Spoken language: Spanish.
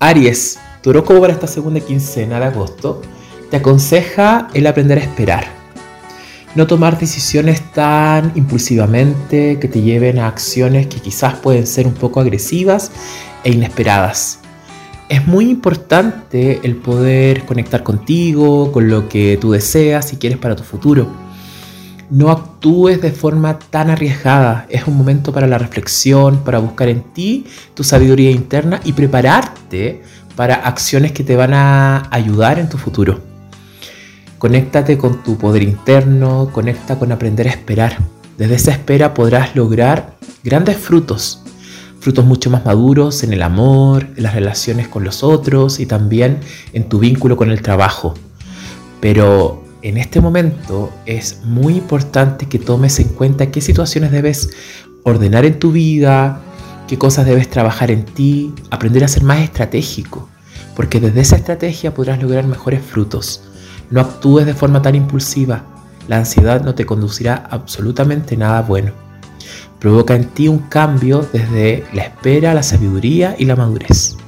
Aries, tu horóscopo para esta segunda quincena de agosto te aconseja el aprender a esperar. No tomar decisiones tan impulsivamente que te lleven a acciones que quizás pueden ser un poco agresivas e inesperadas. Es muy importante el poder conectar contigo, con lo que tú deseas y quieres para tu futuro. No actúes de forma tan arriesgada. Es un momento para la reflexión, para buscar en ti tu sabiduría interna y prepararte para acciones que te van a ayudar en tu futuro. Conéctate con tu poder interno, conecta con aprender a esperar. Desde esa espera podrás lograr grandes frutos mucho más maduros en el amor, en las relaciones con los otros y también en tu vínculo con el trabajo. Pero en este momento es muy importante que tomes en cuenta qué situaciones debes ordenar en tu vida, qué cosas debes trabajar en ti, aprender a ser más estratégico, porque desde esa estrategia podrás lograr mejores frutos. No actúes de forma tan impulsiva, la ansiedad no te conducirá a absolutamente nada bueno. Provoca en ti un cambio desde la espera, la sabiduría y la madurez.